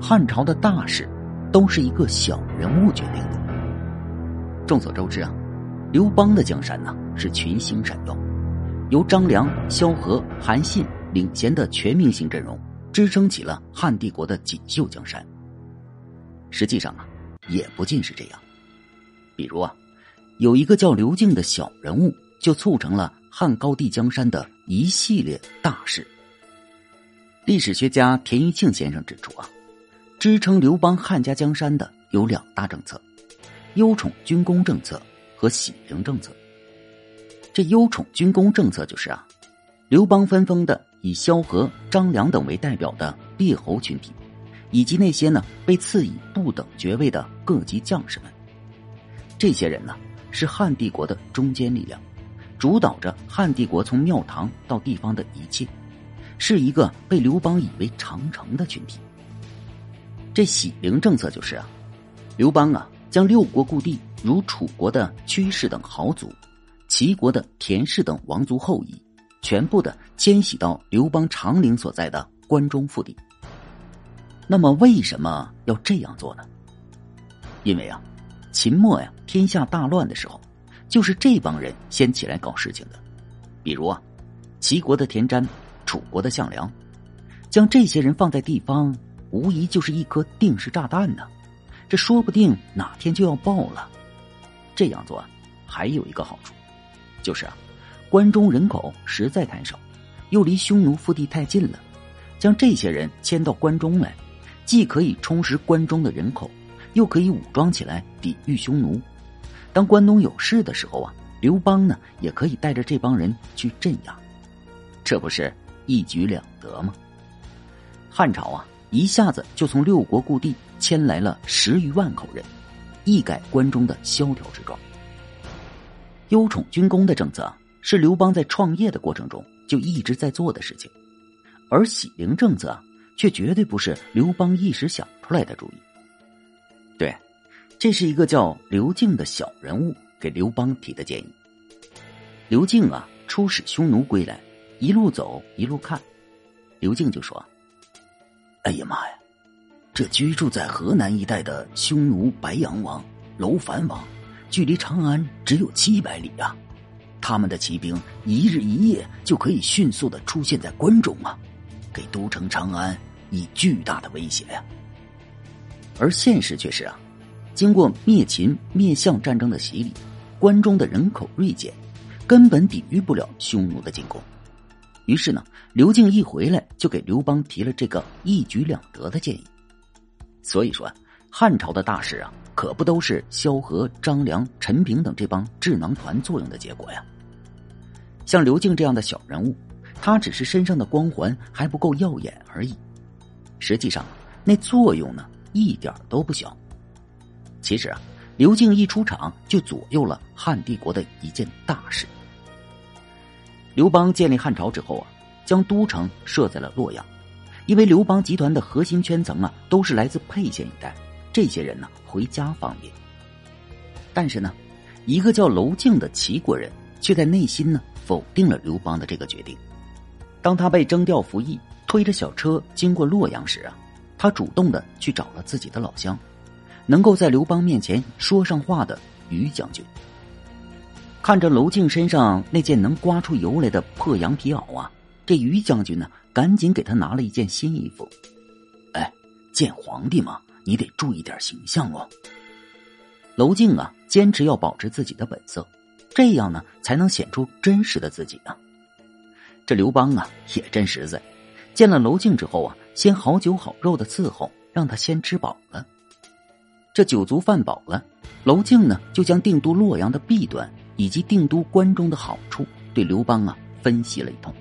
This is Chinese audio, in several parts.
汉朝的大事都是一个小人物决定的。众所周知啊，刘邦的江山是群星闪耀，由张良、萧何、韩信领衔的全明星阵容支撑起了汉帝国的锦绣江山。实际上也不尽是这样。比如有一个叫刘敬的小人物，就促成了汉高帝江山的一系列大事。历史学家田余庆先生指出支撑刘邦汉家江山的有2大政策：忧宠军功政策和喜陵政策。这忧宠军功政策就是刘邦分封的以萧何、张良等为代表的列侯群体，以及那些被赐以不等爵位的各级将士们。这些人是汉帝国的中坚力量，主导着汉帝国从庙堂到地方的一切，是一个被刘邦以为长城的群体。这喜陵政策就是刘邦将6国故地如楚国的屈氏等豪族、齐国的田氏等王族后裔全部的迁徙到刘邦长陵所在的关中腹地。那么为什么要这样做呢？因为秦末天下大乱的时候，就是这帮人先起来搞事情的。比如齐国的田瞻、楚国的项梁，将这些人放在地方，无疑就是一颗定时炸弹这说不定哪天就要爆了。这样做还有一个好处，就是关中人口实在太少，又离匈奴腹地太近了，将这些人迁到关中来，既可以充实关中的人口，又可以武装起来抵御匈奴。当关东有事的时候刘邦也可以带着这帮人去镇压，这不是一举两得吗？汉朝一下子就从6国故地迁来了10余万口人，一改关中的萧条之状。忧宠军功的政策是刘邦在创业的过程中就一直在做的事情，而喜陵政策却绝对不是刘邦一时想出来的主意。对，这是一个叫刘敬的小人物给刘邦提的建议。刘敬出使匈奴归来，一路走一路看，刘敬就说：哎呀妈呀，这居住在河南一带的匈奴白羊王、楼烦王，距离长安只有700里他们的骑兵一日一夜就可以迅速地出现在关中给都城长安以巨大的威胁而现实却是经过灭秦灭项战争的洗礼，关中的人口锐减，根本抵御不了匈奴的进攻。于是刘敬一回来就给刘邦提了这个一举两得的建议。所以说汉朝的大事可不都是萧何、张良、陈平等这帮智囊团作用的结果呀。像刘敬这样的小人物，他只是身上的光环还不够耀眼而已，实际上那作用一点都不小。其实刘敬一出场就左右了汉帝国的一件大事。刘邦建立汉朝之后将都城设在了洛阳，因为刘邦集团的核心圈层都是来自沛县一带，这些人回家方便。但是一个叫娄敬的齐国人却在内心否定了刘邦的这个决定。当他被征调服役，推着小车经过洛阳时他主动的去找了自己的老乡，能够在刘邦面前说上话的于将军。看着娄敬身上那件能刮出油来的破羊皮袄这于将军赶紧给他拿了一件新衣服。见皇帝嘛，你得注意点形象哦。娄敬坚持要保持自己的本色，这样才能显出真实的自己这刘邦也真实在，见了娄敬之后先好酒好肉的伺候，让他先吃饱了。这酒足饭饱了，娄敬就将定都洛阳的弊端以及定都关中的好处对刘邦分析了一通。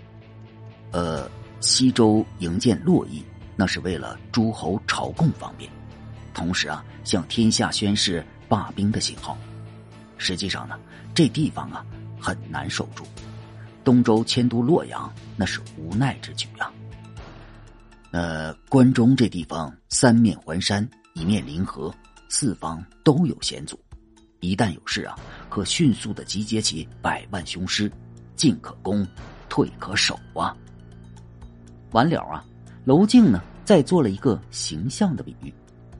西周营建洛邑，那是为了诸侯朝贡方便，同时向天下宣示罢兵的信号。实际上这地方很难守住，东周迁都洛阳那是无奈之举关中这地方三面环山，一面临河，四方都有险阻，一旦有事可迅速的集结起100万雄师，进可攻，退可守完了娄敬再做了一个形象的比喻。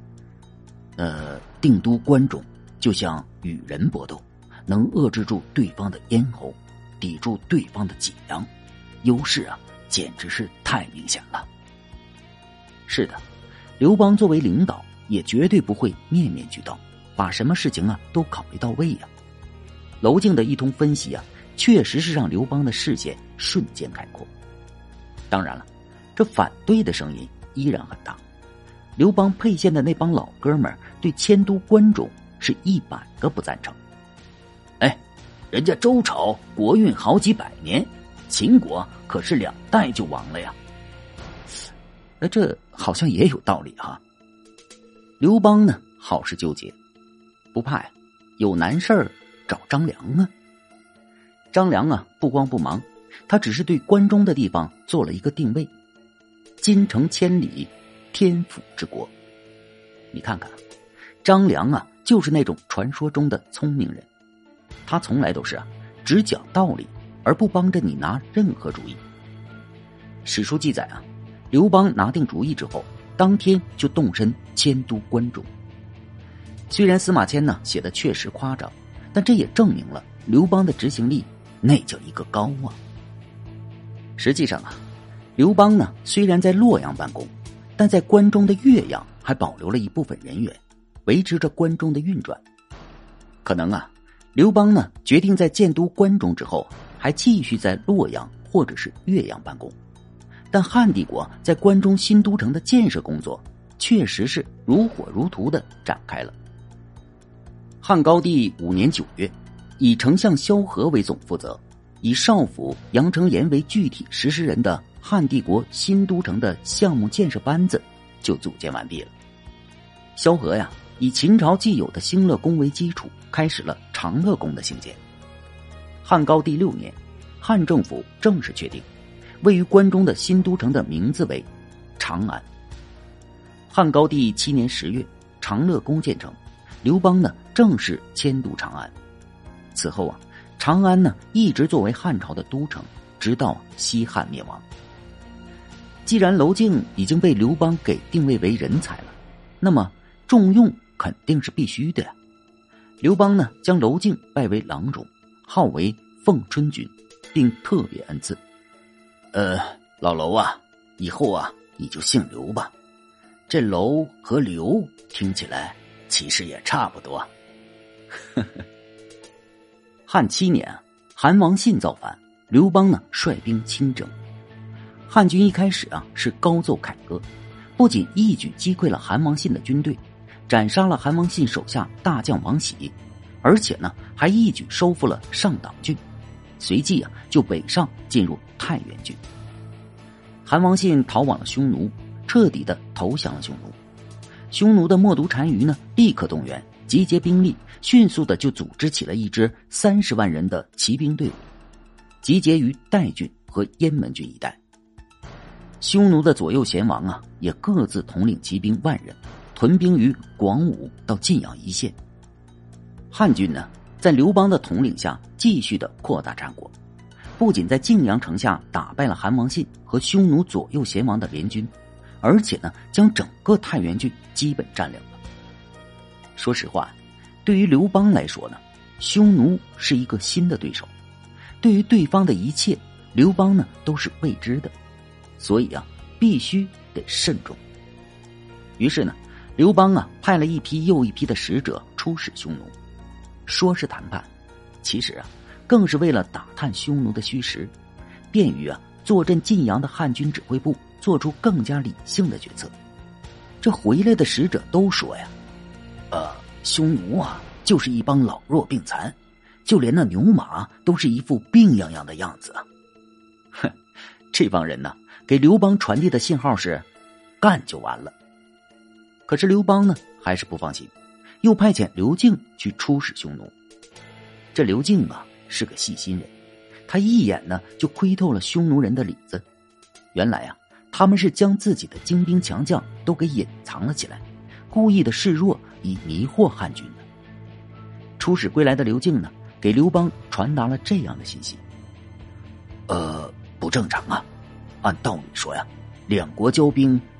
定都关中就像与人搏斗，能遏制住对方的咽喉，抵住对方的脊梁，优势啊，简直是太明显了。是的，刘邦作为领导，也绝对不会面面俱到，把什么事情啊都考虑到位啊。娄敬的一通分析啊，确实是让刘邦的视线瞬间开阔。当然了，这反对的声音依然很大。刘邦沛县的那帮老哥们对迁都关中是100个不赞成。人家周朝国运好几百年，秦国可是2代就亡了呀。这好像也有道理哈。刘邦呢，好是纠结，不怕呀，有难事儿找张良啊。张良啊，不慌不忙，他只是对关中的地方做了一个定位：京城千里，天府之国。你看看，张良啊，就是那种传说中的聪明人，他从来都是只讲道理，而不帮着你拿任何主意。史书记载啊，刘邦拿定主意之后，当天就动身迁都关中。虽然司马迁呢写的确实夸张，但这也证明了刘邦的执行力那叫一个高啊。实际上啊，刘邦呢虽然在洛阳办公，但在关中的岳阳还保留了一部分人员，维持着关中的运转。可能啊，刘邦呢决定在建都关中之后，还继续在洛阳或者是岳阳办公。但汉帝国在关中新都城的建设工作确实是如火如荼地展开了。汉高帝5年9月，以丞相萧何为总负责，以少府杨承言为具体实施人的汉帝国新都城的项目建设班子就组建完毕了。萧何呀，以秦朝既有的兴乐宫为基础，开始了长乐宫的兴建。汉高帝6年，汉政府正式确定位于关中的新都城的名字为长安。汉高帝7年10月，长乐宫建成，刘邦呢正式迁都长安。此后啊，长安呢一直作为汉朝的都城，直到西汉灭亡。既然娄敬已经被刘邦给定位为人才了，那么重用肯定是必须的呀。刘邦呢将娄敬拜为郎中，号为奉春君，并特别恩赐。老娄啊，以后啊你就姓刘吧。这娄和刘听起来其实也差不多。汉7年，韩王信造反，刘邦呢率兵亲征。汉军一开始啊是高奏凯歌，不仅一举击溃了韩王信的军队，斩杀了韩王信手下大将王喜，而且呢还一举收复了上党郡，随即啊就北上进入太原郡。韩王信逃往了匈奴，彻底的投降了匈奴。匈奴的冒毒单于呢立刻动员，集结兵力，迅速的就组织起了一支30万人的骑兵队伍，集结于代郡和雁门郡一带。匈奴的左右贤王啊也各自统领骑兵10000人，屯兵于广武到晋阳一线。汉军呢在刘邦的统领下继续的扩大战果，不仅在泾阳城下打败了韩王信和匈奴左右贤王的联军，而且呢将整个太原郡基本占领了。说实话，对于刘邦来说呢，匈奴是一个新的对手，对于对方的一切，刘邦呢都是未知的，所以啊必须得慎重。于是呢，刘邦啊派了一批又一批的使者出使匈奴，说是谈判，其实啊更是为了打探匈奴的虚实，便于啊坐镇晋阳的汉军指挥部做出更加理性的决策。这回来的使者都说呀，匈奴啊就是一帮老弱病残，就连那牛马都是一副病怏怏的样子啊。哼，这帮人呢给刘邦传递的信号是干就完了。可是刘邦呢还是不放心，又派遣刘敬去出使匈奴。这刘敬啊是个细心人，他一眼呢就窥透了匈奴人的里子。原来啊他们是将自己的精兵强将都给隐藏了起来，故意的示弱以迷惑汉军的。出使归来的刘敬呢给刘邦传达了这样的信息：不正常啊，按道理说呀，两国交兵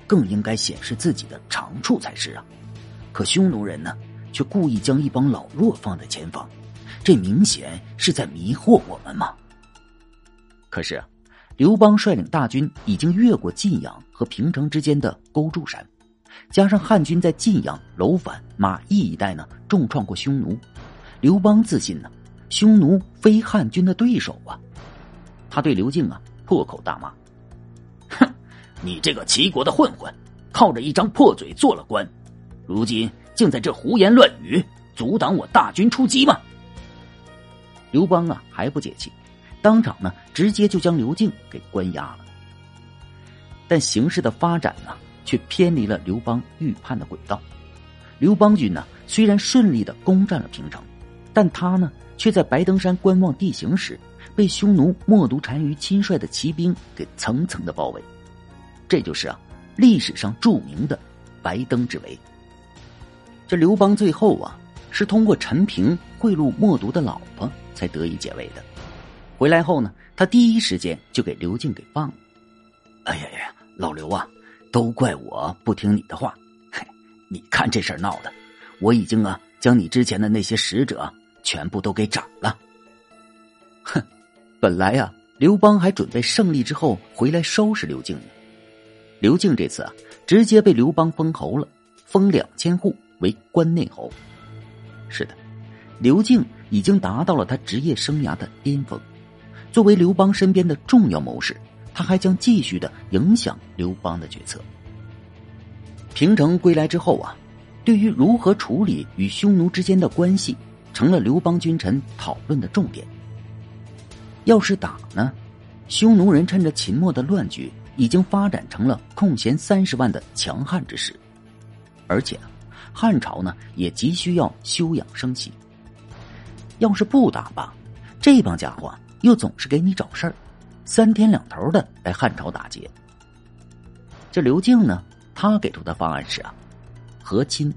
更应该显示自己的长处才是啊。可匈奴人呢，却故意将一帮老弱放在前方，这明显是在迷惑我们嘛。可是刘邦率领大军已经越过晋阳和平城之间的勾柱山，加上汉军在晋阳、楼烦、马邑一带呢重创过匈奴，刘邦自信呢，匈奴非汉军的对手啊。他对刘敬啊破口大骂：哼，你这个齐国的混混，靠着一张破嘴做了官，如今竟在这胡言乱语，阻挡我大军出击吗？刘邦啊还不解气，当场呢直接就将刘敬给关押了。但形势的发展呢却偏离了刘邦预判的轨道。刘邦军呢虽然顺利的攻占了平城，但他呢却在白登山观望地形时，被匈奴冒毒单于亲率的骑兵给层层的包围。这就是历史上著名的白登之围。这刘邦最后是通过陈平贿赂冒毒的老婆才得以解围的。回来后呢，他第一时间就给刘敬给放了。哎呀呀，老刘啊，都怪我不听你的话。嘿，你看这事儿闹的，我已经将你之前的那些使者全部都给斩了。哼，本来刘邦还准备胜利之后回来收拾刘敬呢。刘敬这次直接被刘邦封侯了，封2000户为关内侯。是的，刘敬已经达到了他职业生涯的巅峰。作为刘邦身边的重要谋士，他还将继续的影响刘邦的决策。平城归来之后对于如何处理与匈奴之间的关系，成了刘邦君臣讨论的重点。要是打呢，匈奴人趁着秦末的乱局，已经发展成了空闲30万的强悍之势，而且汉朝呢也急需要休养生息。要是不打吧，这帮家伙又总是给你找事儿，3天2头的来汉朝打劫。这刘敬呢，他给出的方案是和亲。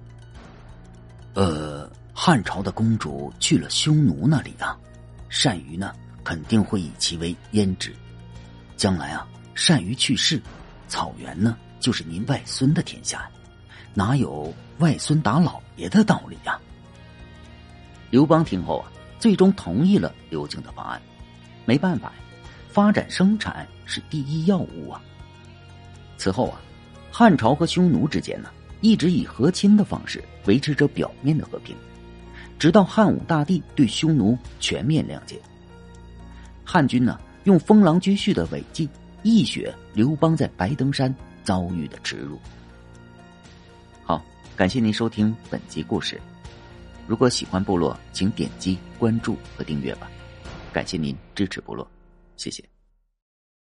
汉朝的公主去了匈奴那里单于呢肯定会以其为胭脂，将来单于去世，草原呢就是您外孙的天下，哪有外孙打老爷的道理呀？刘邦听后最终同意了刘敬的方案。没办法，发展生产是第一要务此后汉朝和匈奴之间呢一直以和亲的方式维持着表面的和平，直到汉武大帝对匈奴全面谅解。汉军呢用封狼居胥的违纪一雪刘邦在白登山遭遇的耻辱。好，感谢您收听本集故事。如果喜欢部落，请点击关注和订阅吧。感谢您支持部落，谢谢。